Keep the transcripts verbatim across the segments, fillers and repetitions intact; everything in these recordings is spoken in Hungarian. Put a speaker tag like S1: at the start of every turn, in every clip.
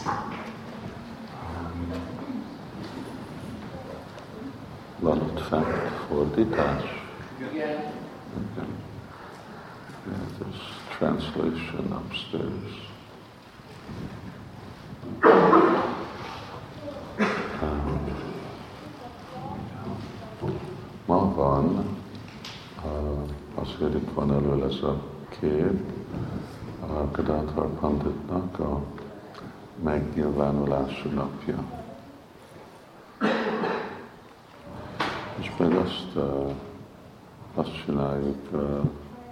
S1: Van ott fent fordítás?
S2: Igen.
S1: Igen. Yeah, there's translation upstairs. Um, ma van, uh, azért itt van elől ez a kép, a Gadadhar Panditnak a megnyilvánulási napja. És meg azt, uh, azt csináljuk, uh,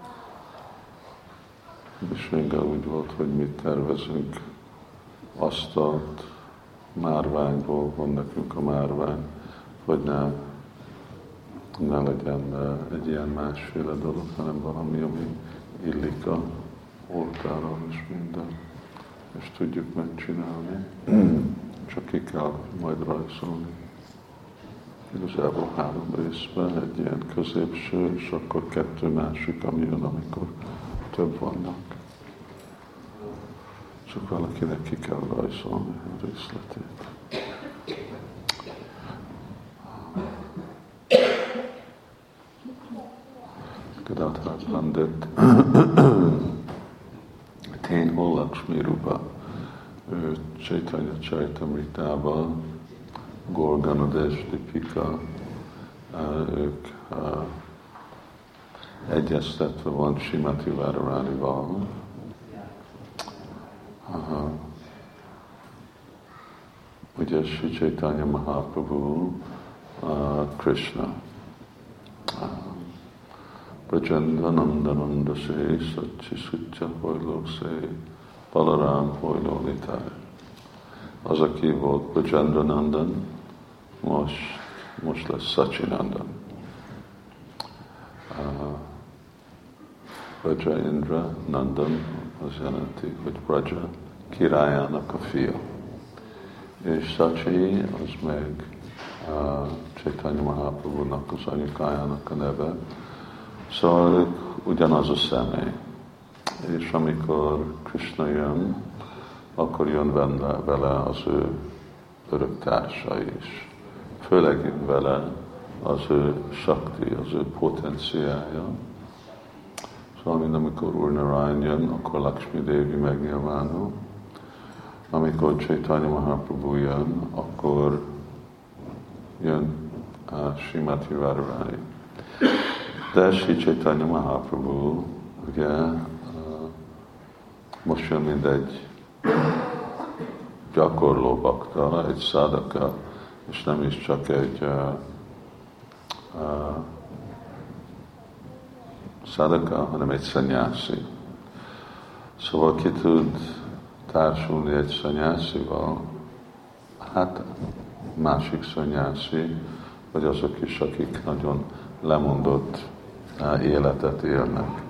S1: és még úgy volt, hogy mit tervezünk, asztalt, márványból van nekünk a márvány, hogy ne, ne legyen uh, egy ilyen másféle dolog, hanem valami, ami illik a oltára és minden. És tudjuk megcsinálni, csak ki kell majd rajzolni. Igazából három részben, egy ilyen középső, és akkor kettő másik, ami jön, amikor több vannak. Csak valakinek ki kell rajzolni a részletét. Gadadhar Pandit Ténhol Lakshmi Rupa, ő Chaitanya Charitamritában, Gorganadesh Dipika, ők egyeztetve van Srimati Radharanival. Ugye Sri Chaitanya Mahaprabhu, Krishna, Brajendra Nandananda Se, Sachi Sucha Hojló Se, Balaram Hojló Nitai. Az, aki volt Brajendra Nandan, most, most lesz Sachinandan. Uh, Brajendra Nandan az jelenti, hogy Braja királyának a fia. És Sachi az meg uh, Chaitanya Mahaprabhu-nak az anyukájának a neve. Szóval ők ugyanaz a személy. És amikor Krishna jön, akkor jön vele, vele az ő örök társa is. Főleg jön vele az ő sakti, az ő potenciája. Szóval, mint amikor Úr Narayan jön, akkor Lakshmi Devi megnyilvánul. Amikor Chaitanya Mahaprabhu jön, akkor jön a Srimati Radharani. De Sri Chaitanya Mahaprabhu, ugye, most jön mint egy gyakorló bakta, egy szádaka, és nem is csak egy uh, uh, szádaka, hanem egy szanyászi. Szóval ki tud társulni egy szanyászival? Hát másik szanyászi, vagy azok is, akik nagyon lemondott uh, életet élnek.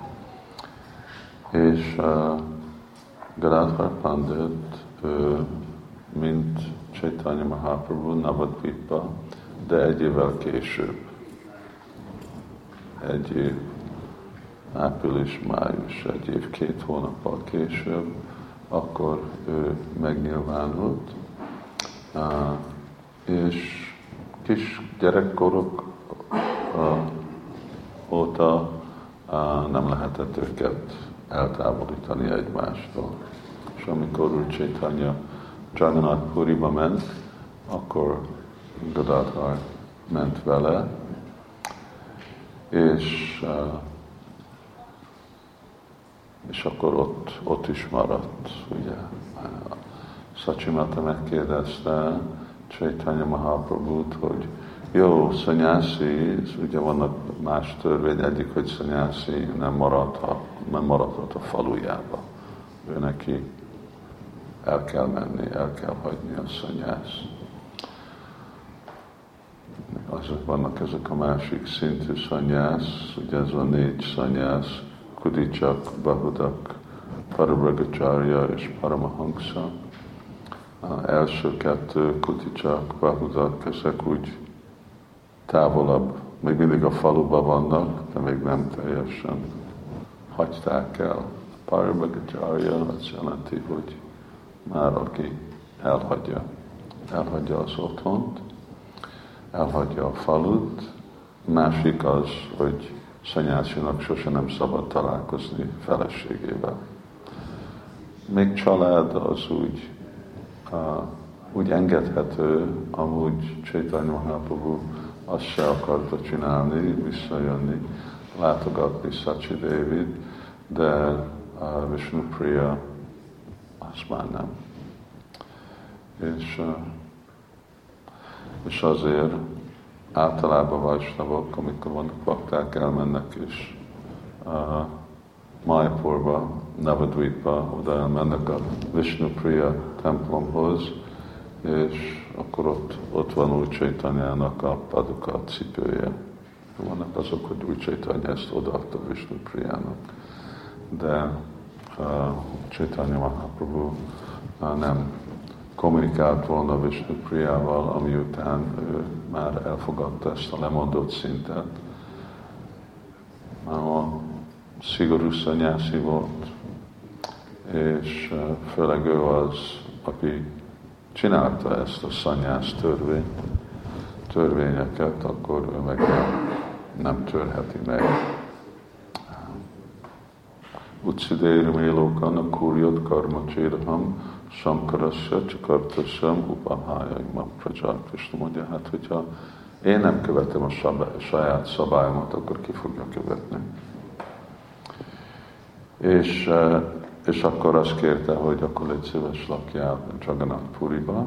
S1: És uh, Gadadhar Pandit, ő, mint Chaitanya Mahaprabhu Navadvipa, de egy évvel később, egy év, április-május, egy év, két hónappal később, akkor ő megnyilvánult, és kis gyerekkorok óta nem lehetett őket eltávolítani egymástól. És amikor Úr Chaitanya Jagannath Puriba ment, akkor Gadadhar ment vele, és, és akkor ott, ott is maradt, ugye. Sachimata megkérdezte Chaitanya Mahaprabhut, hogy jó, szanyászi, ugye vannak más törvény, egyik, hogy szanyászi nem maradhat, nem maradhat a falujába. Ő neki el kell menni, el kell hagyni a szanyász. Azok vannak ezek a másik szintű szanyász, ugye ez a négy szanyász, Kudicsak, Bahudak, Parabrahmacharya és Paramahamsa. Az első kettő, Kudicsak, Bahudak, ezek úgy távolabb, még mindig a faluban vannak, de még nem teljesen hagyták el. Paramahamsa azt jelenti, hogy már aki elhagyja. Elhagyja az otthont, elhagyja a falut. Másik az, hogy szanyászinak sose nem szabad találkozni feleségével. Még család az úgy, uh, úgy engedhető, amúgy Chaitanya Mahaprabhu azt se akarta csinálni, visszajönni, látogatni Sachi Devit, de uh, Vishnupriya azt már nem. És, uh, és azért általában vajsnavok, amikor vannak bakták, elmennek és uh, Mayapurba, Navadvipba, oda elmennek a Vishnupriya templomhoz, és akkor ott, ott van Úr Chaitanyának a paduka cipője. Vannak azok, hogy Úr Chaitanya ezt odaadta Vishnupriyának. De uh, Chaitanya Mahaprabhu uh, nem kommunikált volna Vishnupriyával, ami után ő már elfogadta ezt a lemondott szintet. A szigorú szanyászi volt, és főleg ő az, aki csinálta ezt a szanyász törvény, törvényeket, akkor ő meg nem, nem törheti meg. Uccidérmélókan a kurjot karmacsérham, Samkarasya, Csakartasam, Upahájaimam Praját. Krishna mondja, hát hogyha én nem követem a saját szabályomat, akkor ki fogja követni. És, és akkor azt kérte, hogy akkor légy szíves lakjál Jagannath Puriba,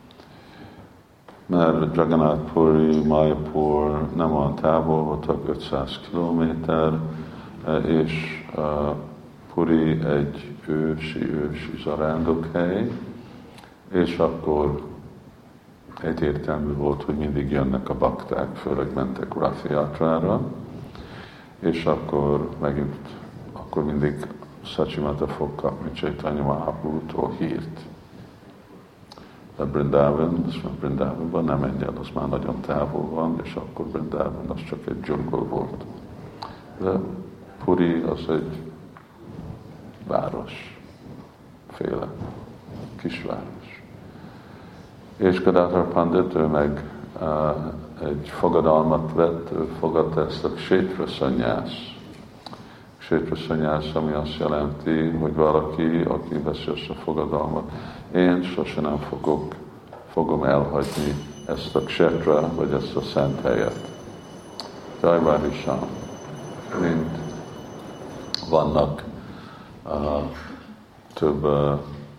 S1: mert Jagannath Puri, Mayapur nem olyan távol voltak, ötszáz kilométer, és Puri egy ősi, ősi zarándokhely, és akkor egyértelmű volt, hogy mindig jönnek a bakták, főleg mentek Rath-játrára, és akkor megint, akkor mindig Sachimata fog kapni Chaitanya Mahaprabhutól hírt. De Brindavan, Brindavanban nem menj el, az már nagyon távol van, és akkor Brindavan az csak egy dzsungol volt. De Puri az egy város, féle kisváros. És Gadadhar Pandit, ő meg uh, egy fogadalmat vett, ő fogadta ezt a Kshetra szanyász. Kshetra szanyász, ami azt jelenti, hogy valaki, aki veszi ezt a fogadalmat, én sose nem fogok, fogom elhagyni ezt a Kshetra, vagy ezt a szent helyet. Jajvárisam, mint vannak Uh, több uh,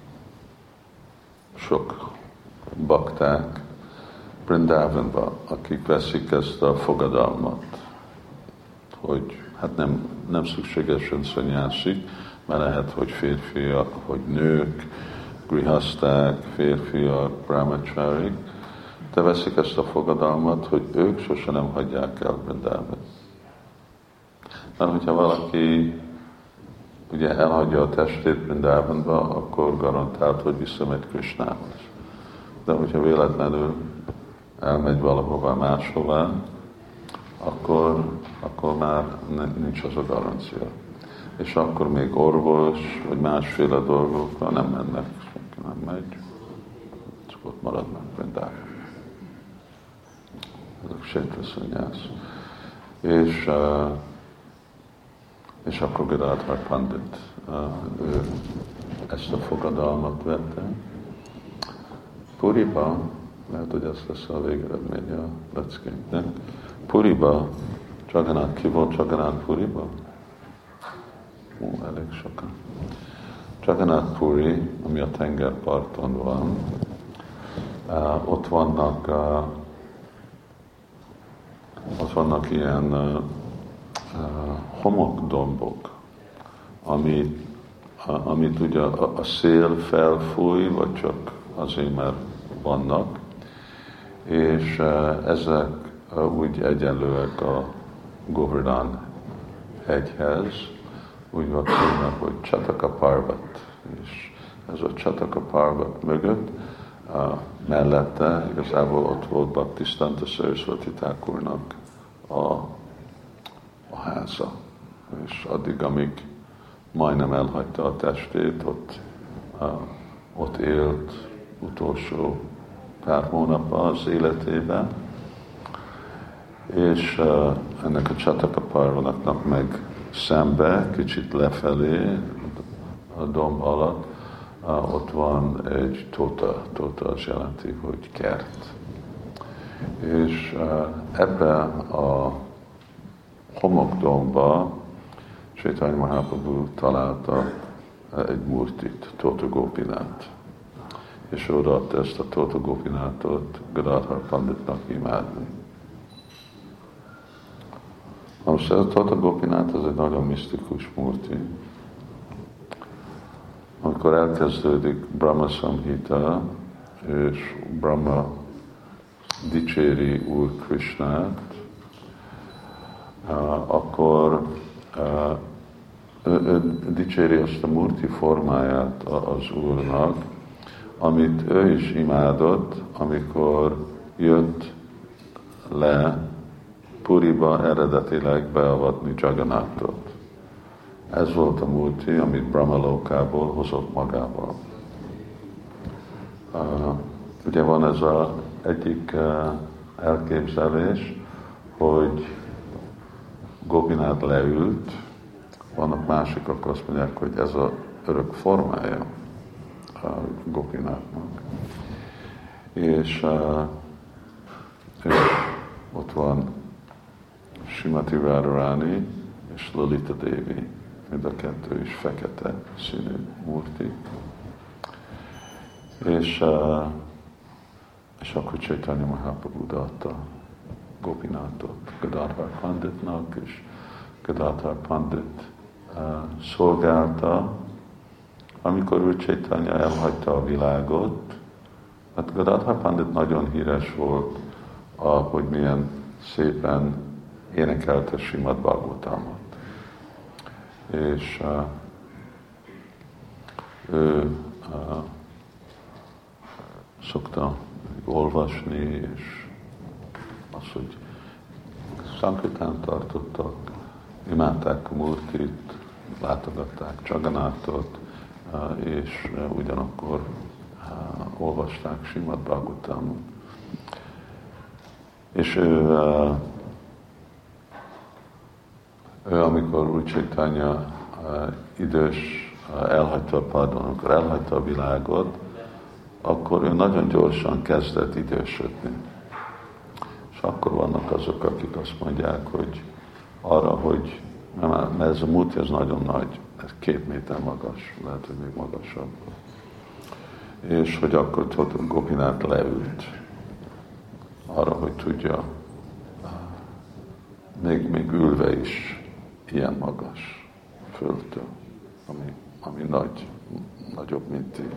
S1: sok bakták Brindavanban, akik veszik ezt a fogadalmat, hogy hát nem, nem szükségesen szanyászik, mert lehet, hogy férfiak, hogy nők, grihaszták, férfiak, brahmacharik, de veszik ezt a fogadalmat, hogy ők sose nem hagyják el Brindavan. Mert hogyha valaki ugye elhagyja a testét Brindavanba, akkor garantált, hogy visszamegy Krishnához. De hogyha véletlenül elmegy valahová máshová, akkor, akkor már nincs az a garancia. És akkor még orvos, vagy másféle dolgokra nem mennek, senki nem megy, csak ott maradnak Brindavanban. Ez a Kshetra szanyász. És uh, És akkor Gadadhar Pandit, ő ezt a fogadalmat vette. Puriba, lehet, hogy ez lesz a végeredménye a leckénknek. Puriba, Jagannath, ki volt Jagannath Puriba? Ó, elég sokan. Jagannath Puri, ami a tengerparton van, ott vannak, ott vannak ilyen Uh, homokdombok, amit, uh, amit ugye a, a szél felfúj, vagy csak azért, mert vannak, és uh, ezek uh, úgy egyenlőek a Govardhan hegyhez, úgy van címe, hogy Chataka Parvat, és ez a Chataka Parvat mögött, uh, mellette igazából ott volt Bhaktisiddhanta Saraswati Thakurnak a a háza, és addig, amíg majdnem elhagyta a testét, ott, uh, ott élt utolsó pár hónapban az életében, és uh, ennek a Csataka Parvanatnak meg szembe, kicsit lefelé, a domb alatt, uh, ott van egy tóta, tóta az jelenti, hogy kert. És uh, ebbe a homokdomba Chaitanya Mahaprabhu találta egy murtit, Tóta Gopinát. És odaadta ezt a Tóta Gopinátot Gadadhar Panditnak imádni. Most ez a Tóta Gopinát az egy nagyon misztikus murti. Amikor elkezdődik Brahma Samhita, és Brahma dicséri Úr Krishnát, akkor ő, ő dicséri azt a murti formáját az Úrnak, amit ő is imádott, amikor jött le Puriba eredetileg beavatni Jagannathot. Ez volt a murti, amit Brahma Lokából hozott magával. Uh, ugye van ez az egyik uh, elképzelés, hogy Gopinath leült, vannak másikak azt mondják, hogy ez az örök formája a Gopinathnak. És, uh, és ott van Srimati Radharani és Lalita Devi, mind a kettő is fekete színű murti. És, uh, és akkor Chaitanya Mahaprabhu adta Gopinathot Gadadhar Panditnak, és Gadadhar Pandit uh, szolgálta, amikor ő Chaitanya elhagyta a világot. Hát Gadadhar Pandit nagyon híres volt, hogy milyen szépen énekelte Srimad Bhagavatamot. És uh, ő uh, szokta olvasni, és az, hogy Sankirtán tartottak, imádták a murtit, látogatták Jagannathot, uh, és uh, ugyanakkor uh, olvasták Srimad Bhagavatamot. És ő, uh, ő amikor Úr Chaitanya uh, idős, uh, elhagyta, pardon, amikor elhagyta a világot, akkor ő nagyon gyorsan kezdett idősödni. És akkor vannak azok, akik azt mondják, hogy arra, hogy mert ez a murti ez nagyon nagy, ez két méter magas, lehet, hogy még magasabb. És hogy akkor Tóta Gopinath leült arra, hogy tudja, még, még ülve is ilyen magas földtől, ami, ami nagy, nagyobb, mint ti.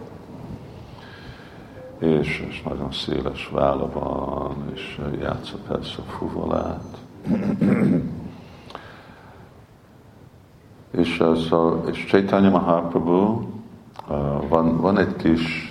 S1: És, és nagyon széles válla van, és játsza persze a fuvolát. és, az a, és Chaitanya Mahaprabhu, uh, van, van egy kis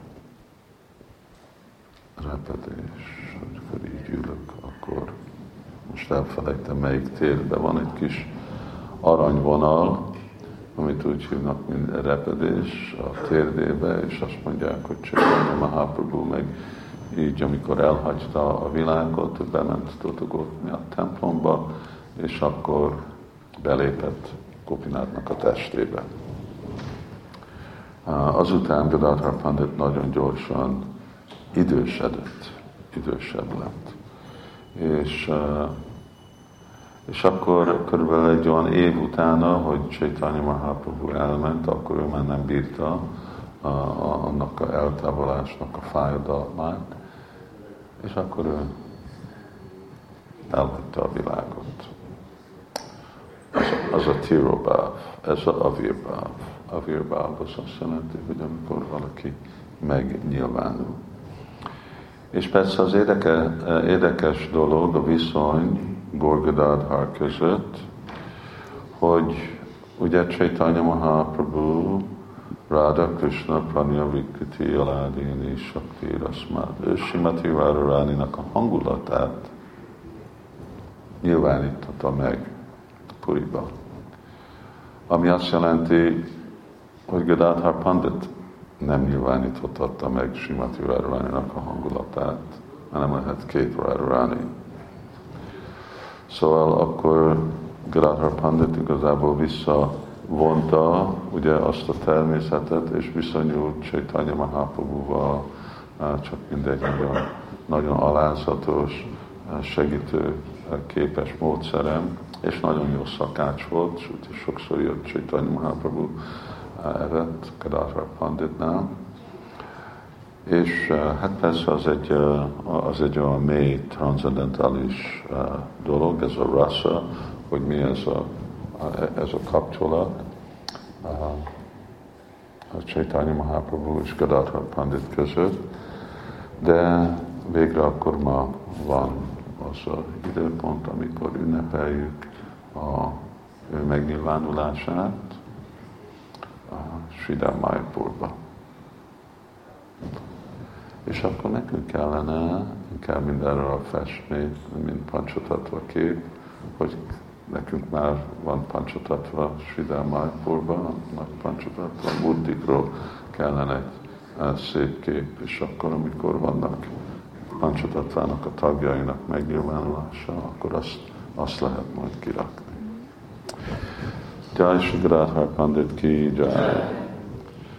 S1: repedés, amikor így ülök, akkor most elfelejtem melyik térben, van egy kis aranyvonal, amit úgy hívnak, mint repedés a térdébe, és azt mondják, hogy Chaitanya Mahaprabhu meg így, amikor elhagyta a világot, hogy bement Tóta Gopinath templomba, és akkor belépett Gopinathnak a testébe. Azután Gadadhar Pandit nagyon gyorsan idősedett, idősebb lett. És, és akkor körülbelül egy olyan év utána, hogy Chaitanya Mahaprabhu elment, akkor ő már nem bírta a, a, annak a eltávolásnak a fájdalmát, és akkor ő elhagyta a világot. Az, az a Tirobhav, ez a Avirbhav. Avirbhav az azt jelenti, hogy amikor valaki megnyilvánul. És persze az érdeke, érdekes dolog a viszony Gaur Gadadhar között, hogy ugye Chaitanya Mahaprabhu, Radha Krishna, Pranya Vikriti, Aládini, Shakti, Rasmad, ő Srimati Radharaninak a hangulatát nyilvánította meg Puriba. Ami azt jelenti, hogy Gadadhar Pandit nem nyilváníthatta meg Srimati Radharaninak a hangulatát, mert nem lehet két Radharani. Szóval akkor Gadadhar Pandit igazából visszavonta ugye azt a természetet, és viszonyult Chaitanya Mahaprabhuval, csak mindegy nagyon, nagyon alázatos, segítő, képes módszerem, és nagyon jó szakács volt, úgyhogy sokszor jött Chaitanya Mahaprabhu evett Gadadhar Panditnál. És hát persze az egy, az egy olyan mély, transzendentális dolog, ez a rasa, hogy mi ez a, ez a kapcsolat a Chaitanya Mahaprabhu és Gadadhar Pandit között, de végre akkor ma van az az időpont, amikor ünnepeljük a ő megnyilvánulását a Sridhar Mayapurba. És akkor nekünk kellene inkább mindenről festni, mint Panchatattva kép, hogy nekünk már van Panchatattva Sridhar Mayapurban, nagy Panchatattva Murtikról kellene egy szép kép, és akkor, amikor vannak Panchatattvának a tagjainak megnyilvánulása, akkor azt, azt lehet majd kirakni. Jai Shri Gadadhar Pandit ki, Jai.